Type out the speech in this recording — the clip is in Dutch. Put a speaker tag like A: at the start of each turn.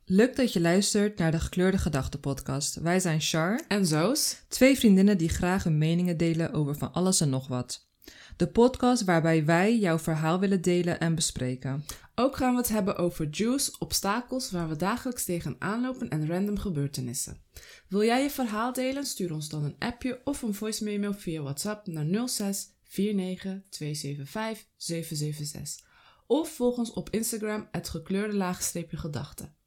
A: Leuk dat je luistert naar de Gekleurde Gedachten podcast. Wij zijn Char
B: en Zoos,
A: 2 vriendinnen die graag hun meningen delen over van alles en nog wat. De podcast waarbij wij jouw verhaal willen delen en bespreken.
B: Ook gaan we het hebben over juice, obstakels waar we dagelijks tegenaan lopen en random gebeurtenissen. Wil jij je verhaal delen? Stuur ons dan een appje of een voice memo via WhatsApp naar 06 49 275 776. Of volg ons op Instagram @gekleurde_gedachten.